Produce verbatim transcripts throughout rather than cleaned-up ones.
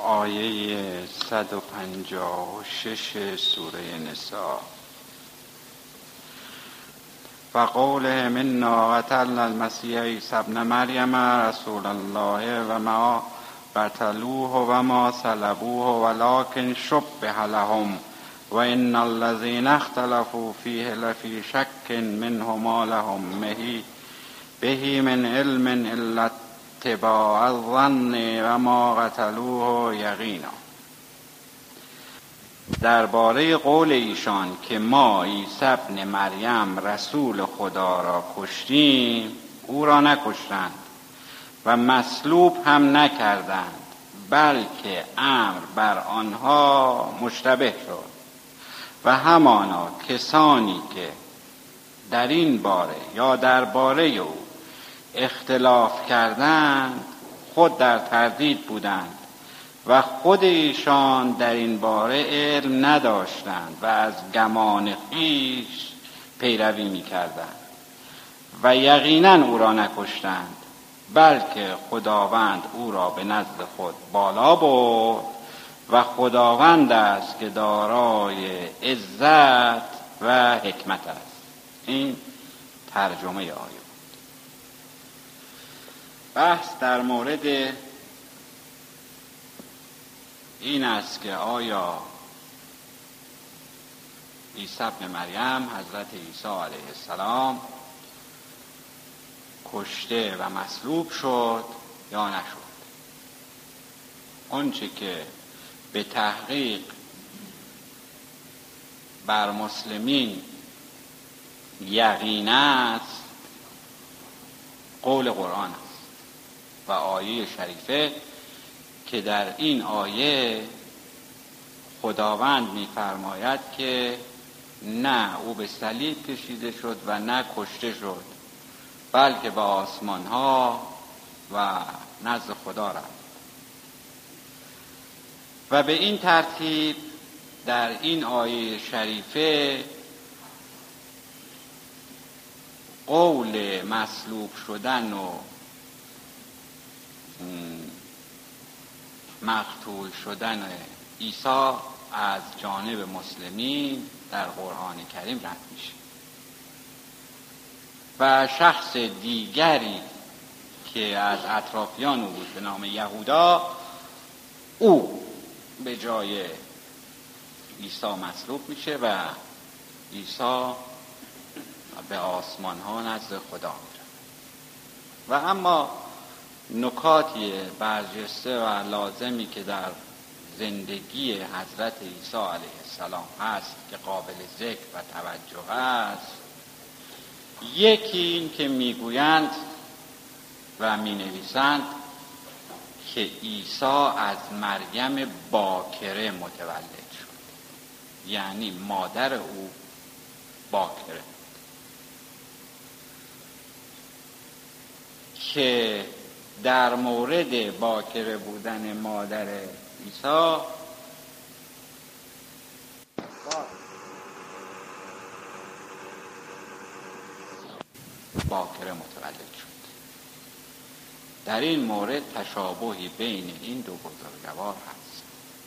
آیه صد و پنجاه و شش سوره نساء. و قولهم انا قتلنا المسیح عیسی ابن مریم رسول الله و ما قتلوه و ما صلبوه ولکن شبه لهم و ان الذین اختلفوا فیه لفی شک منه ما لهم به من علم الا اتباع الظن و ما قتلوه یقینا. درباره قول ایشان که ما عیسی ابن مریم رسول خدا را کشتیم، او را نکشتند و مصلوب هم نکردند، بلکه امر بر آنها مشتبه شد و همانا کسانی که در این باره یا درباره او اختلاف کردند خود در تردید بودند و خود ایشان در این باره علم نداشتند و از گمان خویش پیروی می‌کردند و یقینا او را نکشتند، بلکه خداوند او را به نزد خود بالا برد و خداوند است که دارای عزت و حکمت است. این ترجمه آیه بود. بحث در مورد این است که آیا عیسی ابن مریم حضرت عیسی علیه السلام کشته و مصلوب شد یا نشد. آنچه که به تحقیق بر مسلمین یقین است قول قرآن است و آیه شریفه که در این آیه خداوند می‌فرماید که نه او به صلیب کشیده شد و نه کشته شد، بلکه به آسمان‌ها و نزد خدا رفت. و به این ترتیب در این آیه شریفه قول مصلوب شدن و مقتول شدن عیسی از جانب مسلمین در قرآن کریم رد میشه و شخص دیگری که از اطرافیان او بود به نام یهودا، او به جای عیسی مصلوب میشه و عیسی به آسمان ها نزد خدا میره. و اما نکاتی برجسته و لازمی که در زندگی حضرت عیسی علیه السلام هست که قابل ذکر و توجه است، یکی این که میگویند و مینویسند که عیسی از مریم باکره متولد شد، یعنی مادر او باکره، که در مورد باکره بودن مادر عیسی باکره متولد شد. در این مورد تشابهی بین این دو بزرگوار هست.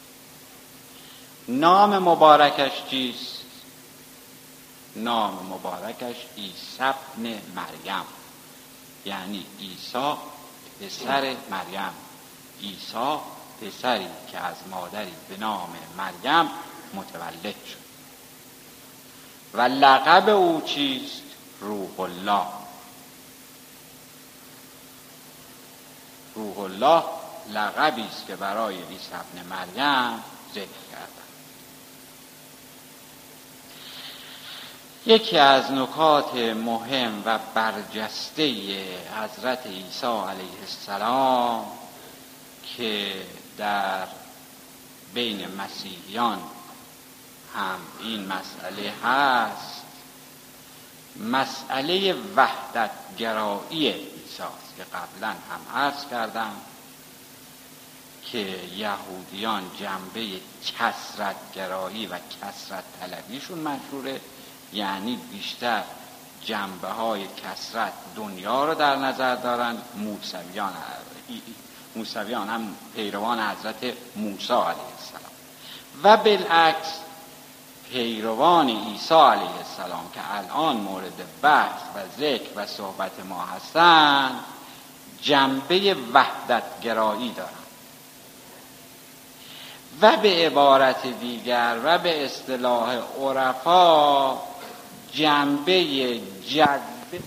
نام مبارکش چیست؟ نام مبارکش عیسی ابن مریم، یعنی عیسی پسر مریم، عیسی پسری که از مادری به نام مریم متولد شد. و لقب او چیست؟ روح الله. روح الله لقبی است که برای عیسی ابن مریم ذکر کردند. یکی از نکات مهم و برجسته حضرت عیسی علیه السلام که در بین مسیحیان هم این مسئله هست، مسئله وحدت گرایی عیسی است که قبلا هم عرض کردم که یهودیان جنبه کثرت گرایی و کثرت طلبیشون مشهوره، یعنی بیشتر جنبه های کثرت دنیا رو در نظر دارن. موسویان موسویان هم پیروان حضرت موسی علیه السلام، و بالعکس پیروان عیسی علیه السلام که الان مورد بحث و ذکر و صحبت ما هستند جنبه وحدت گرایی دارند و به عبارت دیگر و به اصطلاح عرفا جنبه جذب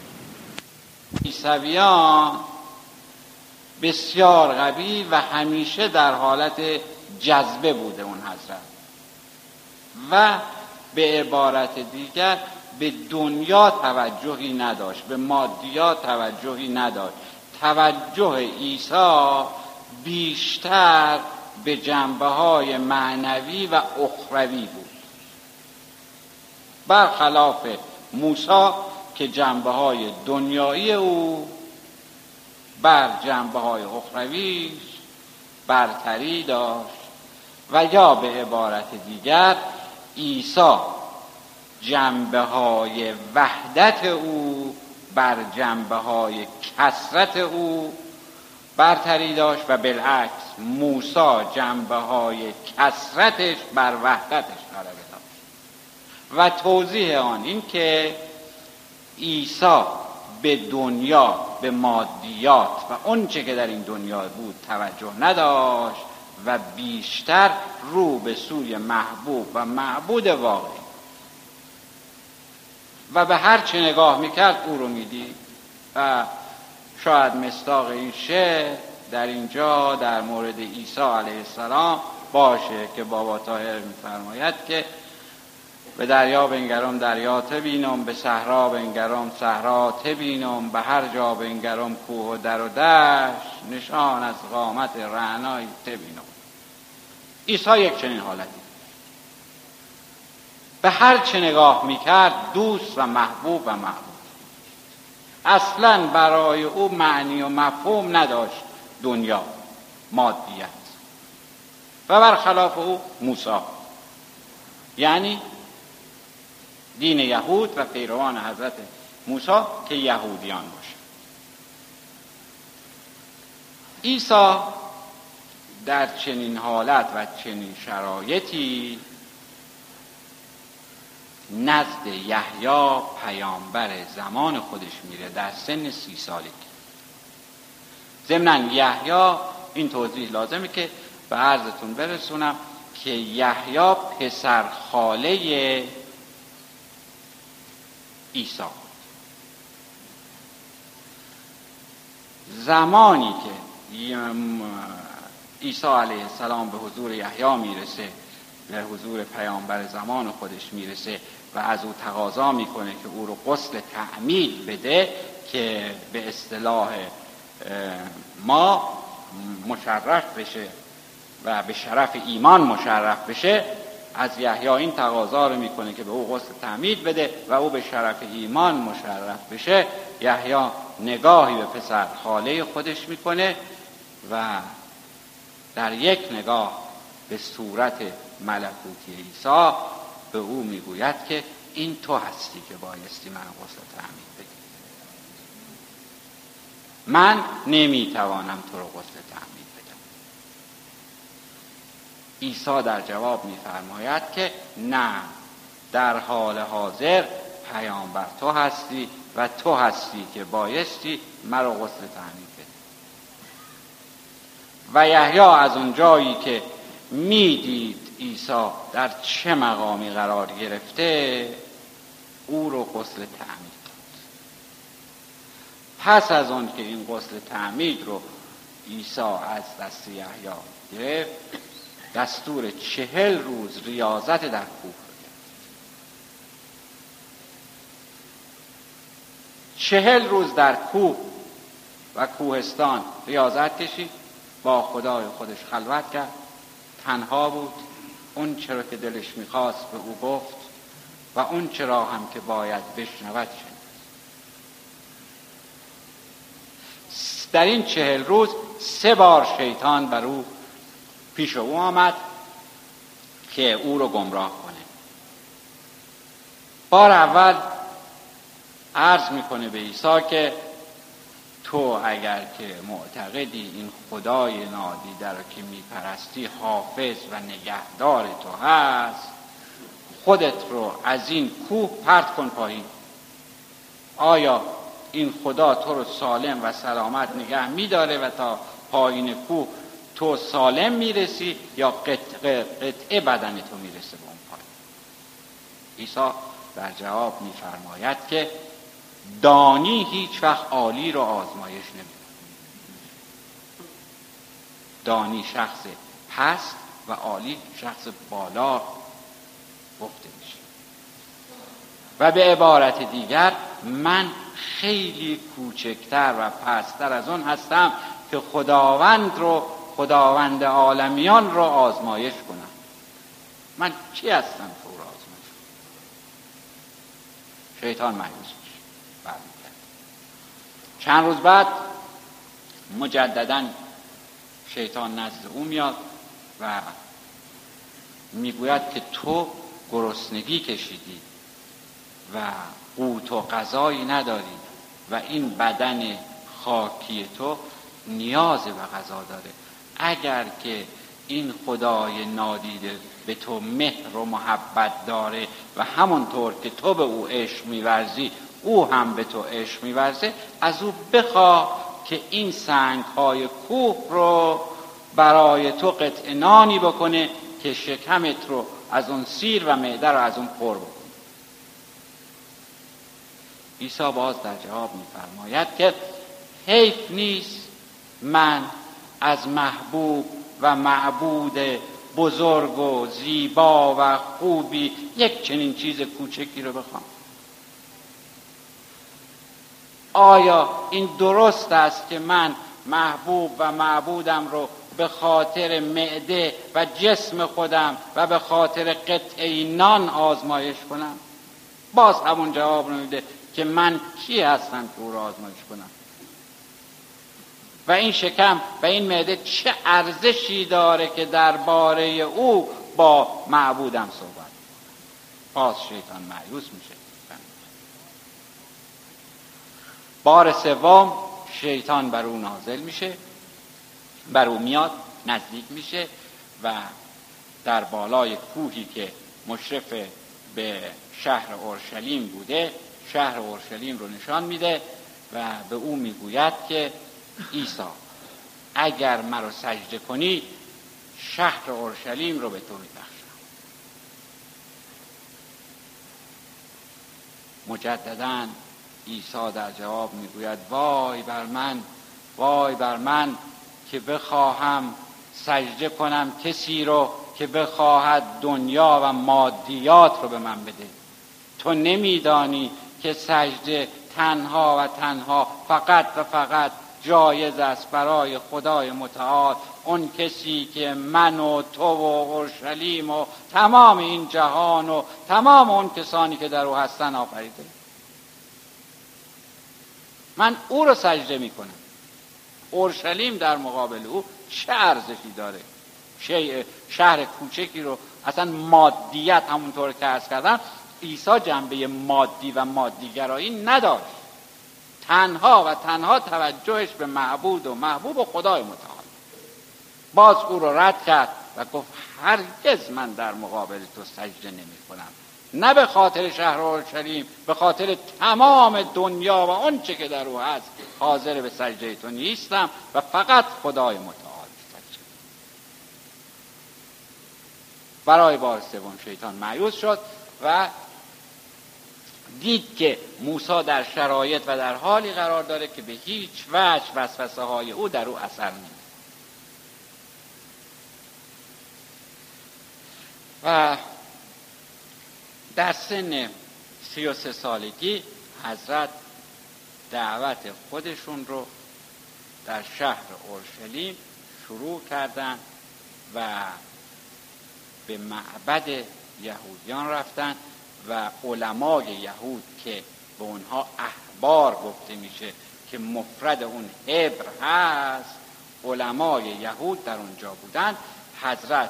عیسویان بسیار قوی و همیشه در حالت جذبه بوده اون حضرت، و به عبارت دیگر به دنیا توجهی نداشت، به مادیات توجهی نداشت. توجه عیسی بیشتر به جنبه‌های معنوی و اخروی بود، برخلاف موسی که جنبه‌های دنیایی او بر جنبه‌های اخرویش برتری داشت، و یا به عبارت دیگر عیسی جنبه‌های وحدت او بر جنبه‌های کثرت او برتری داشت و بالعکس موسی جنبه‌های کثرتش بر وحدتش غلبه داشت. و توضیح آن این که عیسی به دنیا، به مادیات و اونچه که در این دنیا بود توجه نداشت و بیشتر رو به سوی محبوب و معبود واقعی و به هر چه نگاه میکرد او رو میدید. و شاید مصداق این شعر در اینجا در مورد عیسی علیه السلام باشه که بابا طاهر میفرماید که به دریا بنگرم دریا تبینم، به صحرا بنگرم صحرا تبینم، به هر جا بنگرم کوه و در و دشت، نشان از قامت رعنایی تبینم. عیسی یک چنین حالتی، به هر چه نگاه میکرد دوست و محبوب و معبود، اصلا برای او معنی و مفهوم نداشت دنیا، مادیت. و برخلاف او موسی، یعنی دین یهود و پیروان حضرت موسی که یهودیان باشند. عیسی در چنین حالت و چنین شرایطی نزد یحیی پیامبر زمان خودش میره در سن سی سالگی. ضمناً یحیی، این توضیح لازمه که به عرضتون برسونم که یحیی پسر خاله عیسی بود. زمانی که عیسی علیه السلام به حضور یحیی میرسه، به حضور پیامبر زمان خودش میرسه و از او تقاضا میکنه که او رو غسل تعمید بده که به اصطلاح ما مشرف بشه و به شرف ایمان مشرف بشه، از یحیی این تقاضا رو میکنه که به او غسل تعمید بده و او به شرف ایمان مشرف بشه. یحیی نگاهی به پسر خاله خودش میکنه و در یک نگاه به صورت ملکوتی عیسی به او میگوید که این تو هستی که بایستی من غسل تعمید بدی، من نمیتوانم تو رو غسل تعمید بدم. عیسی در جواب میفرماید که نه، در حال حاضر پیامبر تو هستی و تو هستی که بایستی مرا غسل تعمید بدی. و یحیی از اون جایی که میدید عیسی در چه مقامی قرار گرفته او رو غسل تعمید داد. پس از اون که این غسل تعمید رو عیسی از دست یحیی گرفت، دستور چهل روز ریاضت در کوه رو گرفت. چهل روز در کوه و کوهستان ریاضت کشید، با خدای خودش خلوت کرد، تنها بود، اون چرا که دلش میخواست به او گفت و اون چرا هم که باید بشنود شنید. در این چهل روز سه بار شیطان بر او پیش او آمد که او رو گمراه کنه. بار اول عرض میکنه به عیسی که تو اگر که معتقدی این خدای نادیده رو که میپرستی حافظ و نگهدار تو هست، خودت رو از این کوه پرت کن پایین. آیا این خدا تو رو سالم و سلامت نگه میداره و تا پایین کوه تو سالم میرسی یا قطعه, قطعه بدن تو میرسه به اون پایین؟ عیسی در جواب میفرماید که دانی هیچ وقت عالی رو آزمایش نمی‌کنه. دانی شخص پست و عالی شخص بالا گفته میشه. و به عبارت دیگر من خیلی کوچکتر و پستر از اون هستم که خداوند رو خداوند عالمیان رو آزمایش کنم. من چی هستم که او رو آزمایش کنم؟ شیطان مایوس میشه، برمیگرده. چند روز بعد مجدداً شیطان نزد او میاد و میگوید که تو گرسنگی کشیدی و قوت و غذایی نداری و این بدن خاکی تو نیاز به غذا داره. اگر که این خدای نادیده به تو مهر و محبت داره و همونطور که تو به او عشق می‌ورزی او هم به تو عشق می‌ورزه، از او بخواه که این سنگ‌های کوه رو برای تو قطع نانی بکنه که شکمت رو از اون سیر و معده رو از اون پر بکنه. عیسی باز در جواب می‌فرماید که حیف نیست من از محبوب و معبود بزرگ و زیبا و خوبی یک چنین چیز کوچکی رو بخوام. آیا این درست است که من محبوب و معبودم رو به خاطر معده و جسم خودم و به خاطر قطعه نان آزمایش کنم؟ باز همون جواب رو میده که من کی هستم که او رو آزمایش کنم؟ و این شکم و این معده چه ارزشی داره که درباره او با معبودم صحبت کنم؟ باز شیطان مایوس میشه. بار سوم شیطان بر او نازل میشه، بر او میاد، نزدیک میشه و در بالای کوهی که مشرف به شهر اورشلیم بوده شهر اورشلیم رو نشان میده و به او میگوید که عیسی اگر مرا سجده کنی شهر اورشلیم رو به تو میبخشم. مجدداً عیسی در جواب میگوید وای بر من، وای بر من که بخواهم سجده کنم کسی رو که بخواهد دنیا و مادیات رو به من بده. تو نمیدانی که سجده تنها و تنها فقط و فقط جایز است برای خدای متعال، اون کسی که من و تو و اورشلیم و تمام این جهان و تمام اون کسانی که در او هستن آفریده. من او رو سجده میکنم. اورشلیم در مقابل او چه ارزشی داره؟ شیء شهر کوچکی رو اصلا مادیت، همونطور که عرض کردم عیسی جنبه مادی و مادیگرایی نداشت. تنها و تنها توجهش به معبود و محبوب و خدای متعال. باز او رو رد کرد و گفت هرگز من در مقابل تو سجده نمی کنم، نه به خاطر شهر اورشلیم، به خاطر تمام دنیا و اون چه که در او هست حاضر به سجده تو نیستم و فقط خدای متعال سجده. برای بار سوم شیطان مایوس شد و دید که موسی در شرایط و در حالی قرار داره که به هیچ وجه وسوسه های او در او اثر نمی‌کنه. و در سن سی و سه سالگی حضرت دعوت خودشون رو در شهر اورشلیم شروع کردند و به معبد یهودیان رفتند و علمای یهود که به اونها احبار گفته میشه که مفرد اون حبر هست، علمای یهود در اونجا بودند. حضرت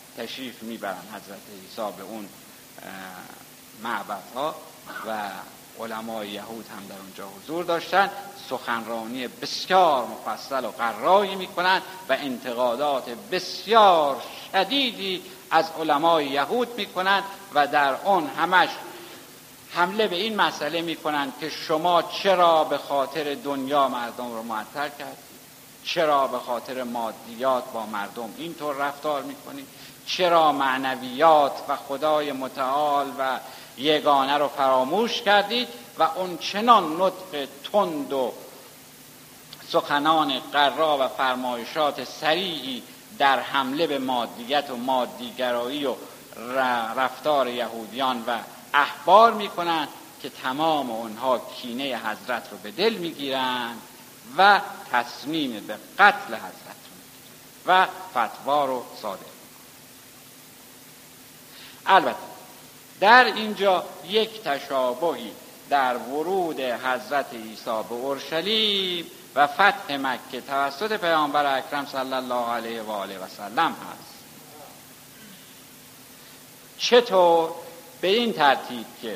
تشریف میبرن، حضرت عیسی به اون معبدها و علمای یهود هم در اونجا حضور داشتن، سخنرانی بسیار مفصل و قرایی میکنن و انتقادات بسیار شدیدی از علمای یهود میکنن و در اون همش حمله به این مسئله میکنن که شما چرا به خاطر دنیا مردم رو معطل کردید؟ چرا به خاطر مادیات با مردم اینطور رفتار میکنید؟ چرا معنویات و خدای متعال و یگانه رو فراموش کردید و اون چنان نطق تند و سخنان قرا و فرمایشات صریحی در حمله به مادیت و مادیگرایی و رفتار یهودیان و احبار میکنن که تمام اونها کینه حضرت رو به دل میگیرن و تصمیم به قتل حضرت رو میگیرن و فتوا رو صادر میکنن. البته در اینجا یک تشابهی در ورود حضرت عیسی به اورشلیم و فتح مکه توسط پیامبر اکرم صلی الله علیه و آله و سلم هست. چطور؟ به این ترتیب که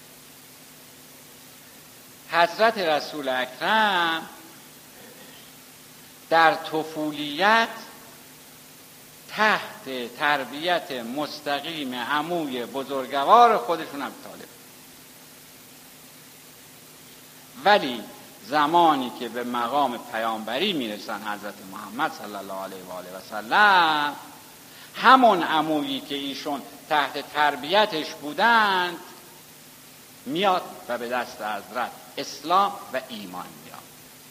حضرت رسول اکرم در طفولیت تحت تربیت مستقیم عموی بزرگوار خودشون ابی طالب، ولی زمانی که به مقام پیامبری میرسن حضرت محمد صلی الله علیه و آله و سلم، همون عمویی که ایشون تحت تربیتش بودند میاد و به دست حضرت اسلام و ایمان میاد.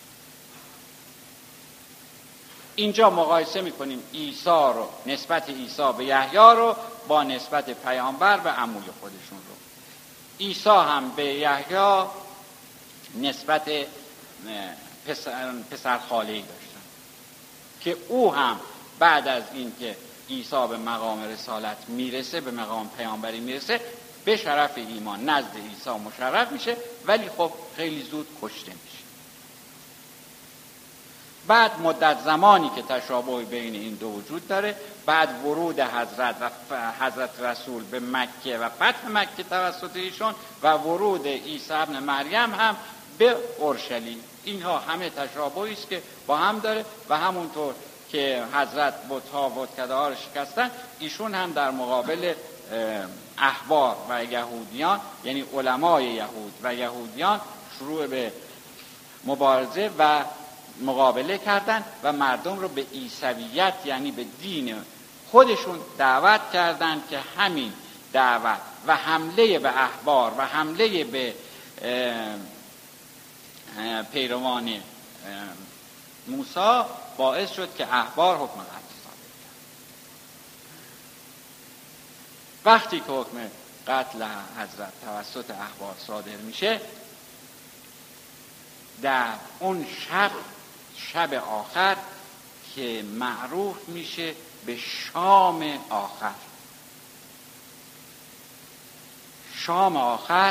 اینجا مقایسه میکنیم عیسی رو، نسبت عیسی به یحیی رو با نسبت پیامبر و عموی خودشون رو. عیسی هم به یحیی نسبت پسر, پسر خاله‌ای داشتن که او هم بعد از این که عیسی به مقام رسالت میرسه، به مقام پیامبری میرسه، به شرف ایمان نزد عیسی مشرف میشه، ولی خب خیلی زود کشته میشه. بعد مدت زمانی که تشابه بین این دو وجود داره، بعد ورود حضرت و حضرت رسول به مکه و فتح مکه توسط ایشون و ورود عیسی ابن مریم هم به اورشلیم، اینها همه تشابهی است که با هم داره و همونطور که حضرت بت‌ها و بتکده‌ها رو شکستن، ایشون هم در مقابل احبار و یهودیان، یعنی علمای یهود و یهودیان، شروع به مبارزه و مقابله کردن و مردم رو به عیسویت، یعنی به دین خودشون دعوت کردند که همین دعوت و حمله به احبار و حمله به پیروان موسی باعث شد که احبار حکم قتل صادر کرد. وقتی که حکم قتل حضرت توسط احبار صادر میشه، در اون شب، شب آخر که معروف میشه به شام آخر، شام آخر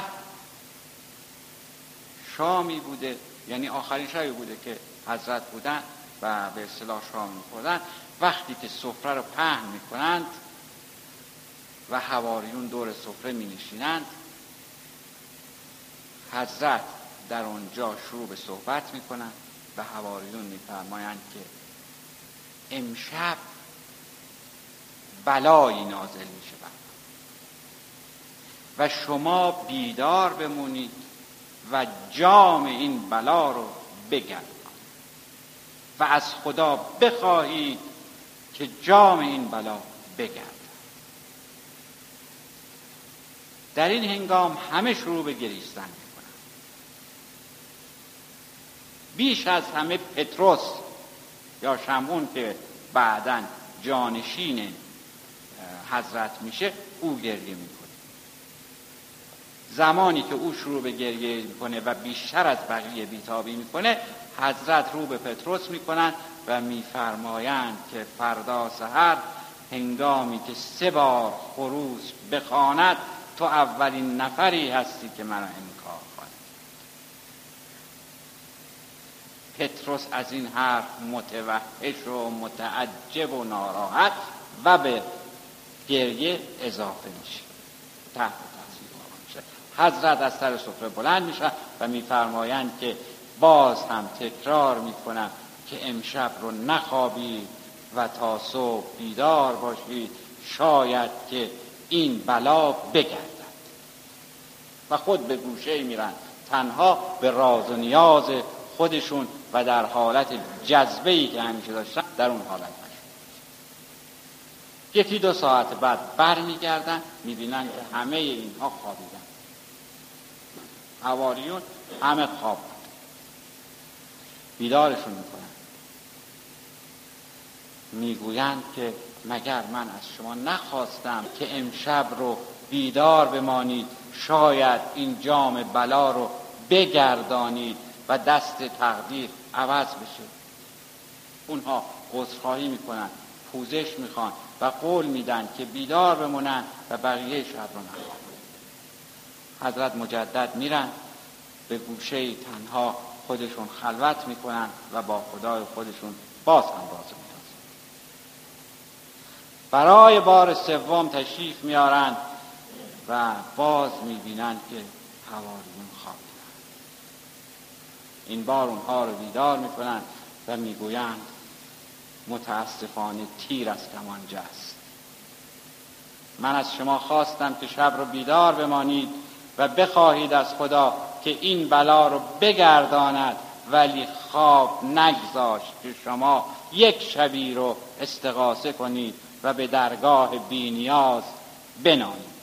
شامی بوده، یعنی آخرین شبی بوده که حضرت بودن و به اصطلاح شام می‌خوردن. وقتی که سفره رو پهن میکنند و حواریون دور سفره می‌نشینند، حضرت در اونجا شروع به صحبت میکنند و حواریون میفرمایند که امشب بلایی نازل میشه و شما بیدار بمونید و جام این بلا رو بگردید و از خدا بخواهید که جام این بلا بگردد. در این هنگام همه شروع به گریستن میکنن. بیش از همه پتروس یا شمعون که بعداً جانشین حضرت میشه، او گریه میکنه. زمانی که او شروع به گریه میکنه و بیشتر از بقیه بیتابی میکنه، حضرت رو به پتروس میکنن و میفرمایند که فردا سحر هنگامی که سه بار خروس بخواند، تو اولین نفری هستی که منو انکار کنی. پتروس از این حرف متوحش و متعجب و ناراحت و به گریه اضافه میشه، تحت تاثیر واقع میشه. حضرت از سر سفره بلند میشن و میفرمایند که باز هم تکرار میکنم که امشب رو نخوابید و تا صبح بیدار باشید، شاید که این بلا بگردد. و خود به گوشه میرن، تنها به راز و نیاز خودشون و در حالت جذبه‌ای که همیشه داشتن در اون حالت باشن. یکی دو ساعت بعد بر میگردن، میبینن که همه اینها خوابیدن. حواریون همه خواب بود. بیدارشون میکنن، میگویند که مگر من از شما نخواستم که امشب رو بیدار بمانید، شاید این جام بلا رو بگردانید و دست تقدیر عوض بشه. اونها عذرخواهی میکنن، پوزش میخوان و قول میدن که بیدار بمونن و بقیه شب رو نخوابن. حضرت مجدد میرن به گوشه تنها خودشون خلوت میکنن و با خدای خودشون باز هم باز میکنن. برای بار سوم تشریف میارن و باز میبینن که حواریون خوابیدن. این بار اونها رو بیدار میکنن و میگویند متاسفانه تیر از کمانچه است. من از شما خواستم که شب رو بیدار بمانید و بخواهید از خدا که این بلا رو بگرداند، ولی خواب نگذاشت که شما یک شبی رو استغاثه کنید و به درگاه بی‌نیاز بنالید.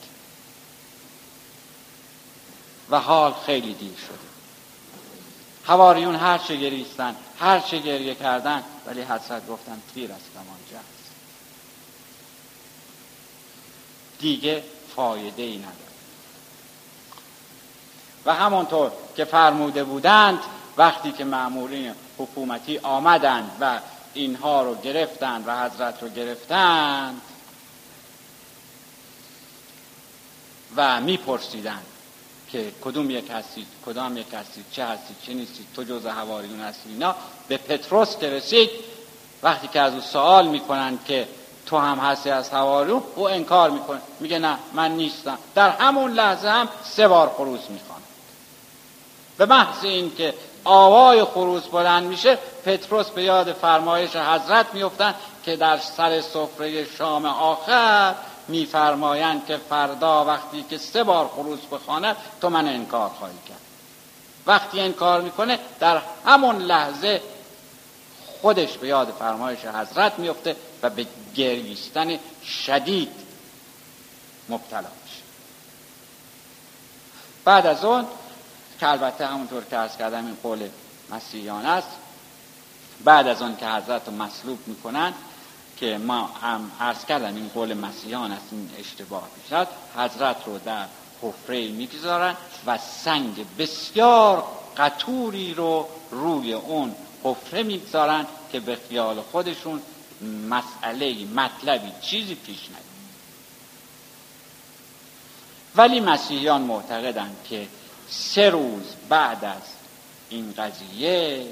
و حال خیلی دیر شده. حواریون هر چه گریستن، هر چه گریه کردن، ولی حضرت گفتن تیر از کمانچه است، دیگه فایده ای نداره. و همونطور که فرموده بودند، وقتی که مأمورین حکومتی آمدند و اینها رو گرفتند و حضرت رو گرفتند و میپرسیدند که کدوم یک هستید، کدام یک هستید، چه هستید، چه نیستید، تو جز حواریون هستی. اینا به پتروس که رسید، وقتی که از او سوال میکنن که تو هم هستی از حواریون، او انکار میکنه، میگه نه من نیستم. در همون لحظه هم سه بار خروس میخوان. به محض این که آوای خروس بلند میشه، پتروس به یاد فرمایش حضرت میفتن که در سر سفره شام آخر میفرمایند که فردا وقتی که سه بار خروس بخواند تو من انکار خواهی کرد. وقتی انکار میکنه، در همون لحظه خودش به یاد فرمایش حضرت میفته و به گریستن شدید مبتلا میشه. بعد از اون که البته همونطور که عرض کردم این قول مسیحیان است، بعد از اون که حضرت رو مصلوب میکنن، که ما هم عرض کردم این قول مسیحیان است، این اشتباه میشد، حضرت رو در حفره میگذارن و سنگ بسیار قطوری رو روی اون حفره میگذارن که به خیال خودشون مسئله مطلبی چیزی پیش نیاد. ولی مسیحیان معتقدند که سه روز بعد از این قضیه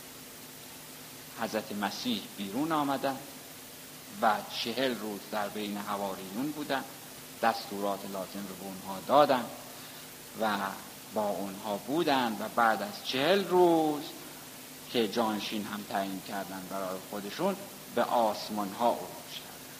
حضرت مسیح بیرون آمدن و چهل روز در بین حواریون بودن، دستورات لازم رو به اونها دادن و با اونها بودن و بعد از چهل روز که جانشین هم تعیین کردن برای خودشون، به آسمان ها عروج کردن.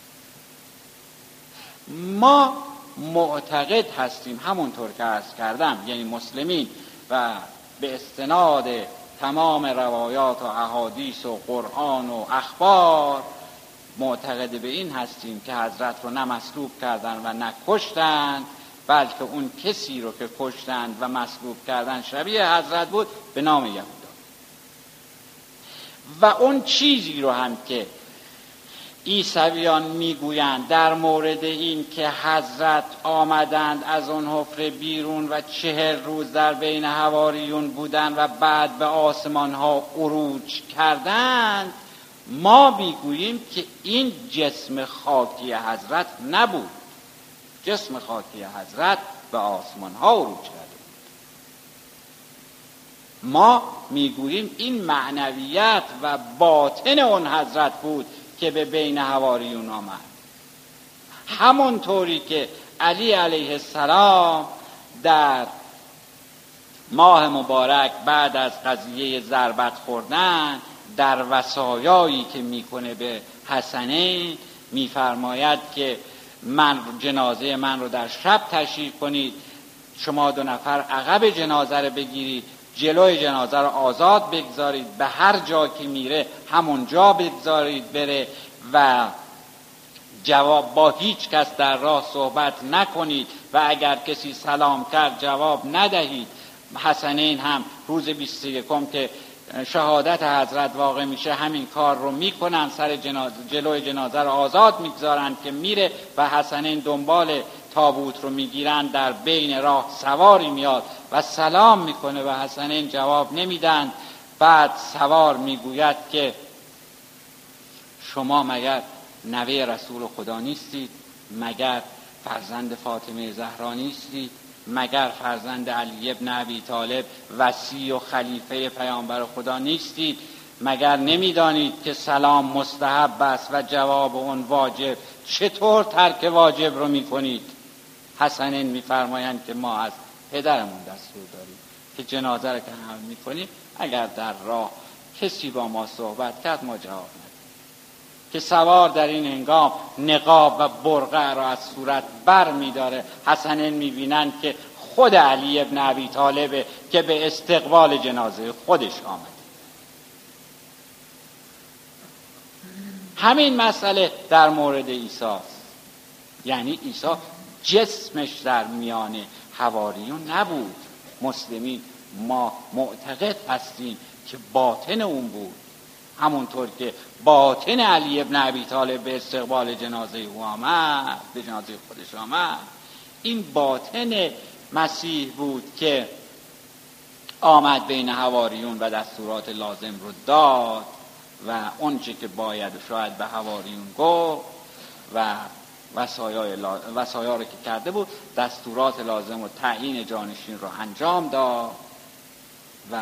ما معتقد هستیم، همونطور که عرض کردم، یعنی مسلمین، و به استناد تمام روایات و احادیث و قرآن و اخبار معتقد به این هستیم که حضرت رو نه مصلوب کردن و نه کشتن، بلکه اون کسی رو که کشتن و مصلوب کردن شبیه حضرت بود به نام یهودا. و اون چیزی رو هم که عیسویان میگویند در مورد این که حضرت آمدند از اون حفره بیرون و چهل روز در بین حواریون بودند و بعد به آسمان ها عروج کردند، ما میگوییم که این جسم خاکی حضرت نبود. جسم خاکی حضرت به آسمان ها عروج کرده بود. ما میگوییم این معنویت و باطن اون حضرت بود که به بین حواریون آمد. همونطوری که علی علیه السلام در ماه مبارک بعد از قضیه ضربت خوردن در وصایایی که میکنه به حسنین میفرماید که من جنازه من رو در شب تشریف کنید، شما دو نفر عقب جنازه رو بگیرید، جلوی جنازه رو آزاد بگذارید، به هر جا که میره همون جا بگذارید بره و جواب با هیچ کس در راه صحبت نکنید و اگر کسی سلام کرد جواب ندهید. حسنین هم روز بیست و یکم که شهادت حضرت واقع میشه همین کار رو میکنن، سر جنازه جلوی جنازه رو آزاد میگذارن که میره و حسنین دنبال تابوت رو میگیرن، در بین راه سواری میاد و سلام میکنه و حسنین جواب نمیدن. بعد سوار میگوید که شما مگر نوه رسول خدا نیستید؟ مگر فرزند فاطمه زهرا نیستید؟ مگر فرزند علی ابن ابی طالب وصی و خلیفه پیامبر خدا نیستید؟ مگر نمیدانید که سلام مستحب است و جواب اون واجب؟ چطور ترک واجب رو میکنید؟ حسنین میفرمایند که ما از پدرمون دستور داریم که جنازه رو که حمل میکنیم اگر در راه کسی با ما صحبت کرد ما جواب ندیم. که سوار در این هنگام نقاب و برقع را از صورت بر می‌داره. حسنین می‌بینند که خود علی ابن ابی طالب که به استقبال جنازه خودش آمد. همین مسئله در مورد عیسی است. یعنی عیسی جسمش در میان حواریون نبود. مسلمین ما معتقد هستیم که باطن اون بود، همونطور که باطن علی ابن ابی طالب به استقبال جنازه او آمد، به جنازه خودش آمد. این باطن مسیح بود که آمد بین حواریون و دستورات لازم رو داد و اون چه که باید شاید به حواریون گفت و وصایا رو که کرده بود، دستورات لازم و تعیین جانشین رو انجام داد و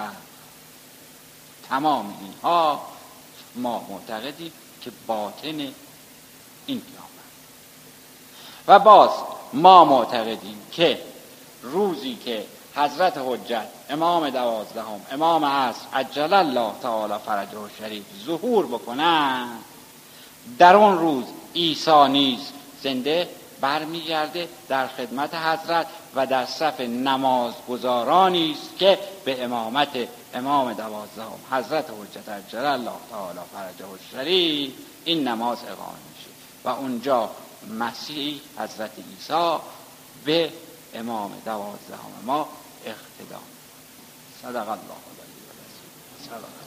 تمام اینها ما معتقدیم که باطن این پیامبر. و باز ما معتقدیم که روزی که حضرت حجت امام دوازدهم امام عصر عجل الله تعالی فرجه الشریف ظهور بکنن، در اون روز عیسی نیز زنده برمیگرده در خدمت حضرت و در صف نمازگزارانی است که به امامت امام دوازدهم حضرت حجت عجل الله تعالی فرجه الشریف این نماز اقامه میشه و اونجا مسیح حضرت عیسی به امام دوازدهم ما اقتدا. صدق الله علیه و سلم.